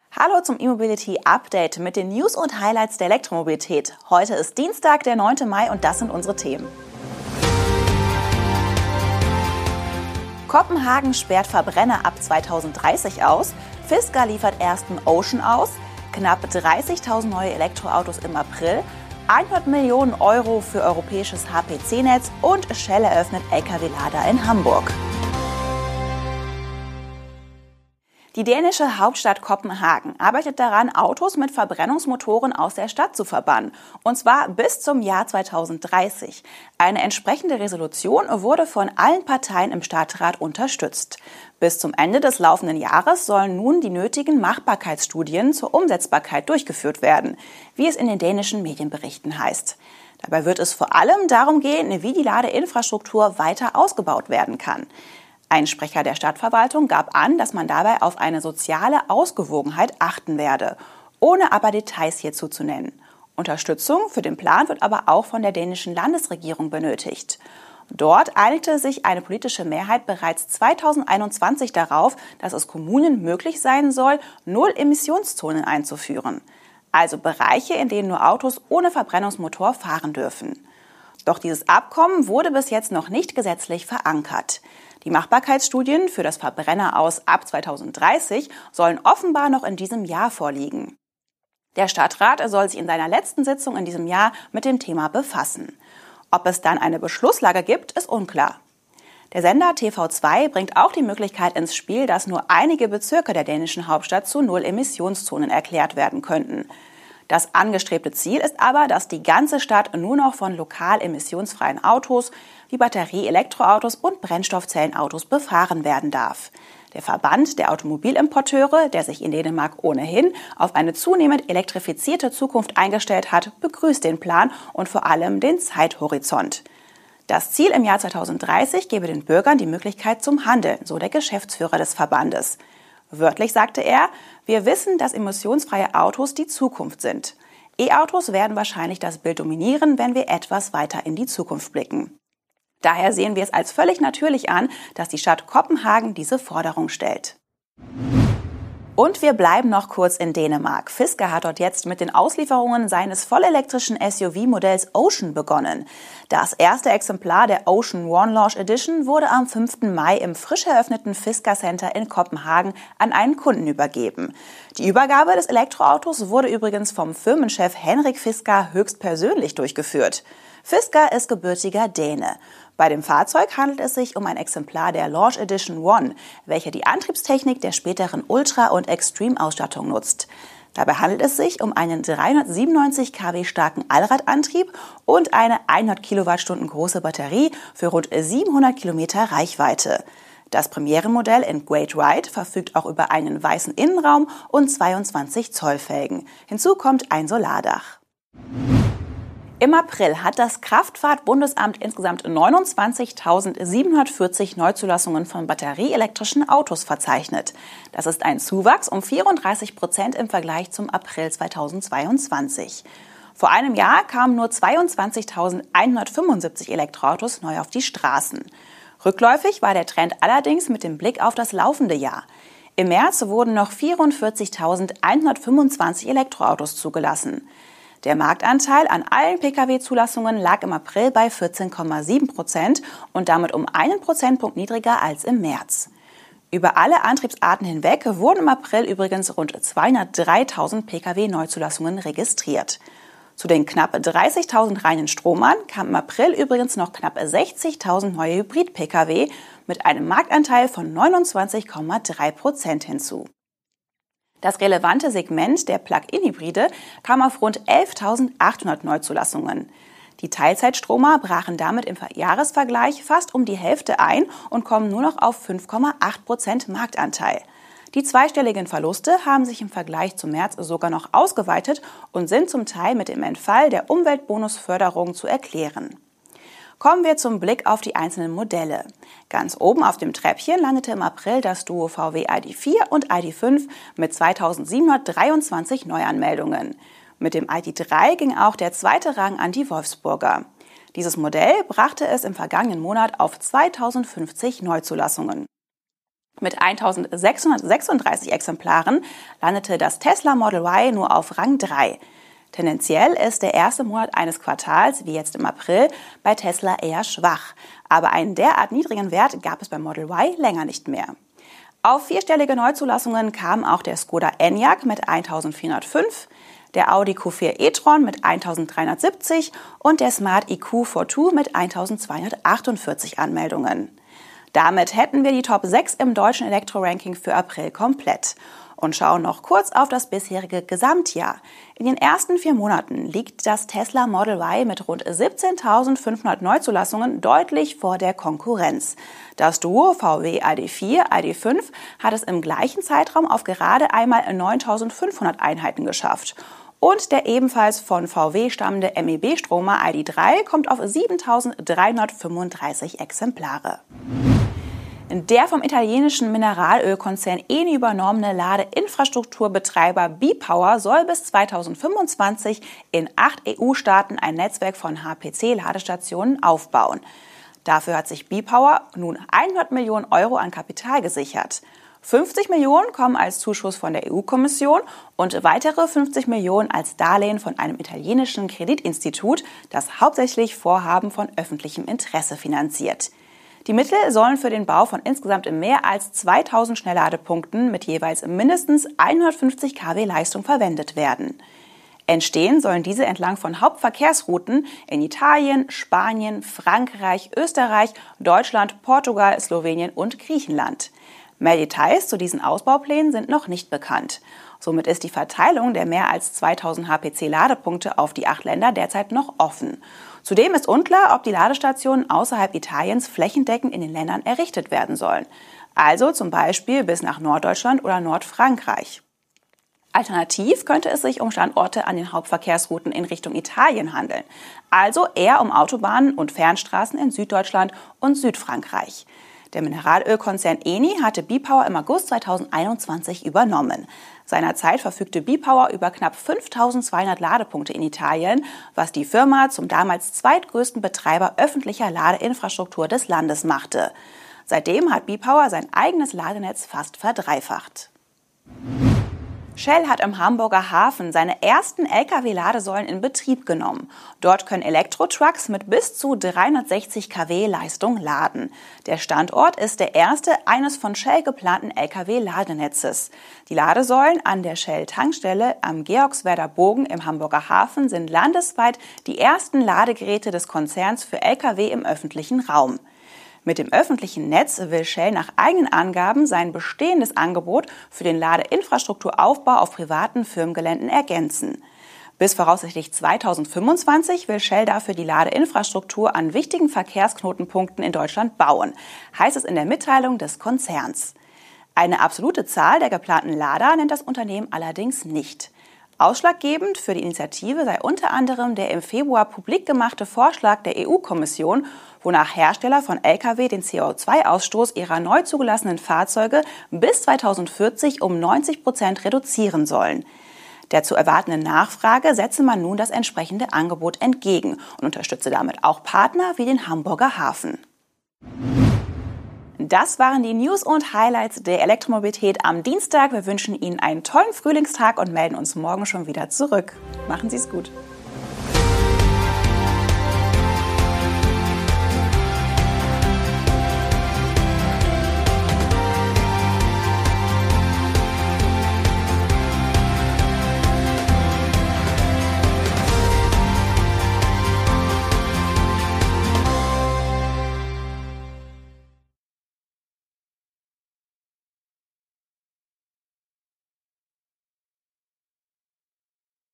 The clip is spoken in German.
Hallo zum E-Mobility Update mit den News und Highlights der Elektromobilität. Heute ist Dienstag, der 9. Mai und das sind unsere Themen. Kopenhagen sperrt Verbrenner ab 2030 aus, Fisker liefert ersten Ocean aus, knapp 30.000 neue Elektroautos im April, 100 Millionen Euro für europäisches HPC-Netz und Shell eröffnet Lkw-Lader in Hamburg. Die dänische Hauptstadt Kopenhagen arbeitet daran, Autos mit Verbrennungsmotoren aus der Stadt zu verbannen. Und zwar bis zum Jahr 2030. Eine entsprechende Resolution wurde von allen Parteien im Stadtrat unterstützt. Bis zum Ende des laufenden Jahres sollen nun die nötigen Machbarkeitsstudien zur Umsetzbarkeit durchgeführt werden, wie es in den dänischen Medienberichten heißt. Dabei wird es vor allem darum gehen, wie die Ladeinfrastruktur weiter ausgebaut werden kann. Ein Sprecher der Stadtverwaltung gab an, dass man dabei auf eine soziale Ausgewogenheit achten werde, ohne aber Details hierzu zu nennen. Unterstützung für den Plan wird aber auch von der dänischen Landesregierung benötigt. Dort einigte sich eine politische Mehrheit bereits 2021 darauf, dass es Kommunen möglich sein soll, Null-Emissionszonen einzuführen. Also Bereiche, in denen nur Autos ohne Verbrennungsmotor fahren dürfen. Doch dieses Abkommen wurde bis jetzt noch nicht gesetzlich verankert. Die Machbarkeitsstudien für das Verbrenner aus ab 2030 sollen offenbar noch in diesem Jahr vorliegen. Der Stadtrat soll sich in seiner letzten Sitzung in diesem Jahr mit dem Thema befassen. Ob es dann eine Beschlusslage gibt, ist unklar. Der Sender TV2 bringt auch die Möglichkeit ins Spiel, dass nur einige Bezirke der dänischen Hauptstadt zu Null-Emissionszonen erklärt werden könnten. Das angestrebte Ziel ist aber, dass die ganze Stadt nur noch von lokal emissionsfreien Autos wie Batterie-Elektroautos und Brennstoffzellenautos befahren werden darf. Der Verband der Automobilimporteure, der sich in Dänemark ohnehin auf eine zunehmend elektrifizierte Zukunft eingestellt hat, begrüßt den Plan und vor allem den Zeithorizont. Das Ziel im Jahr 2030 gebe den Bürgern die Möglichkeit zum Handeln, so der Geschäftsführer des Verbandes. Wörtlich sagte er, wir wissen, dass emissionsfreie Autos die Zukunft sind. E-Autos werden wahrscheinlich das Bild dominieren, wenn wir etwas weiter in die Zukunft blicken. Daher sehen wir es als völlig natürlich an, dass die Stadt Kopenhagen diese Forderung stellt. Und wir bleiben noch kurz in Dänemark. Fisker hat dort jetzt mit den Auslieferungen seines vollelektrischen SUV-Modells Ocean begonnen. Das erste Exemplar der Ocean One Launch Edition wurde am 5. Mai im frisch eröffneten Fisker Center in Kopenhagen an einen Kunden übergeben. Die Übergabe des Elektroautos wurde übrigens vom Firmenchef Henrik Fisker höchstpersönlich durchgeführt. Fisker ist gebürtiger Däne. Bei dem Fahrzeug handelt es sich um ein Exemplar der Launch Edition One, welche die Antriebstechnik der späteren Ultra- und Extreme-Ausstattung nutzt. Dabei handelt es sich um einen 397 kW starken Allradantrieb und eine 100 Kilowattstunden große Batterie für rund 700 Kilometer Reichweite. Das Premiere-Modell in Great Ride verfügt auch über einen weißen Innenraum und 22 Zoll Felgen. Hinzu kommt ein Solardach. Im April hat das Kraftfahrt-Bundesamt insgesamt 29.740 Neuzulassungen von batterieelektrischen Autos verzeichnet. Das ist ein Zuwachs um 34% im Vergleich zum April 2022. Vor einem Jahr kamen nur 22.175 Elektroautos neu auf die Straßen. Rückläufig war der Trend allerdings mit dem Blick auf das laufende Jahr. Im März wurden noch 44.125 Elektroautos zugelassen. Der Marktanteil an allen Pkw-Zulassungen lag im April bei 14,7% und damit um einen Prozentpunkt niedriger als im März. Über alle Antriebsarten hinweg wurden im April übrigens rund 203.000 Pkw-Neuzulassungen registriert. Zu den knapp 30.000 reinen Stromern kamen im April übrigens noch knapp 60.000 neue Hybrid-Pkw mit einem Marktanteil von 29,3% hinzu. Das relevante Segment der Plug-in-Hybride kam auf rund 11.800 Neuzulassungen. Die Teilzeitstromer brachen damit im Jahresvergleich fast um die Hälfte ein und kommen nur noch auf 5,8% Marktanteil. Die zweistelligen Verluste haben sich im Vergleich zum März sogar noch ausgeweitet und sind zum Teil mit dem Entfall der Umweltbonusförderung zu erklären. Kommen wir zum Blick auf die einzelnen Modelle. Ganz oben auf dem Treppchen landete im April das Duo VW ID.4 und ID.5 mit 2.723 Neuanmeldungen. Mit dem ID.3 ging auch der zweite Rang an die Wolfsburger. Dieses Modell brachte es im vergangenen Monat auf 2.050 Neuzulassungen. Mit 1.636 Exemplaren landete das Tesla Model Y nur auf Rang 3. Tendenziell ist der erste Monat eines Quartals, wie jetzt im April, bei Tesla eher schwach. Aber einen derart niedrigen Wert gab es beim Model Y länger nicht mehr. Auf vierstellige Neuzulassungen kam auch der Skoda Enyaq mit 1.405, der Audi Q4 e-tron mit 1.370 und der Smart IQ Fortwo mit 1.248 Anmeldungen. Damit hätten wir die Top 6 im deutschen Elektro-Ranking für April komplett. Und schauen noch kurz auf das bisherige Gesamtjahr. In den ersten 4 Monaten liegt das Tesla Model Y mit rund 17.500 Neuzulassungen deutlich vor der Konkurrenz. Das Duo VW ID.4, ID.5 hat es im gleichen Zeitraum auf gerade einmal 9.500 Einheiten geschafft. Und der ebenfalls von VW stammende MEB-Stromer ID.3 kommt auf 7.335 Exemplare. Der vom italienischen Mineralölkonzern Eni übernommene Ladeinfrastrukturbetreiber B-Power soll bis 2025 in 8 EU-Staaten ein Netzwerk von HPC-Ladestationen aufbauen. Dafür hat sich B-Power nun 100 Millionen Euro an Kapital gesichert. 50 Millionen kommen als Zuschuss von der EU-Kommission und weitere 50 Millionen als Darlehen von einem italienischen Kreditinstitut, das hauptsächlich Vorhaben von öffentlichem Interesse finanziert. Die Mittel sollen für den Bau von insgesamt mehr als 2000 Schnellladepunkten mit jeweils mindestens 150 kW Leistung verwendet werden. Entstehen sollen diese entlang von Hauptverkehrsrouten in Italien, Spanien, Frankreich, Österreich, Deutschland, Portugal, Slowenien und Griechenland. Mehr Details zu diesen Ausbauplänen sind noch nicht bekannt. Somit ist die Verteilung der mehr als 2000 HPC-Ladepunkte auf die 8 Länder derzeit noch offen. Zudem ist unklar, ob die Ladestationen außerhalb Italiens flächendeckend in den Ländern errichtet werden sollen. Also zum Beispiel bis nach Norddeutschland oder Nordfrankreich. Alternativ könnte es sich um Standorte an den Hauptverkehrsrouten in Richtung Italien handeln. Also eher um Autobahnen und Fernstraßen in Süddeutschland und Südfrankreich. Der Mineralölkonzern Eni hatte B-Power im August 2021 übernommen. Seinerzeit verfügte B-Power über knapp 5.200 Ladepunkte in Italien, was die Firma zum damals zweitgrößten Betreiber öffentlicher Ladeinfrastruktur des Landes machte. Seitdem hat B-Power sein eigenes Ladenetz fast verdreifacht. Shell hat im Hamburger Hafen seine ersten Lkw-Ladesäulen in Betrieb genommen. Dort können Elektro-Trucks mit bis zu 360 kW Leistung laden. Der Standort ist der erste eines von Shell geplanten Lkw-Ladenetzes. Die Ladesäulen an der Shell-Tankstelle am Georgswerder Bogen im Hamburger Hafen sind landesweit die ersten Ladegeräte des Konzerns für Lkw im öffentlichen Raum. Mit dem öffentlichen Netz will Shell nach eigenen Angaben sein bestehendes Angebot für den Ladeinfrastrukturaufbau auf privaten Firmengeländen ergänzen. Bis voraussichtlich 2025 will Shell dafür die Ladeinfrastruktur an wichtigen Verkehrsknotenpunkten in Deutschland bauen, heißt es in der Mitteilung des Konzerns. Eine absolute Zahl der geplanten Lader nennt das Unternehmen allerdings nicht. Ausschlaggebend für die Initiative sei unter anderem der im Februar publik gemachte Vorschlag der EU-Kommission, wonach Hersteller von Lkw den CO2-Ausstoß ihrer neu zugelassenen Fahrzeuge bis 2040 um 90% reduzieren sollen. Der zu erwartenden Nachfrage setze man nun das entsprechende Angebot entgegen und unterstütze damit auch Partner wie den Hamburger Hafen. Das waren die News und Highlights der Elektromobilität am Dienstag. Wir wünschen Ihnen einen tollen Frühlingstag und melden uns morgen schon wieder zurück. Machen Sie es gut.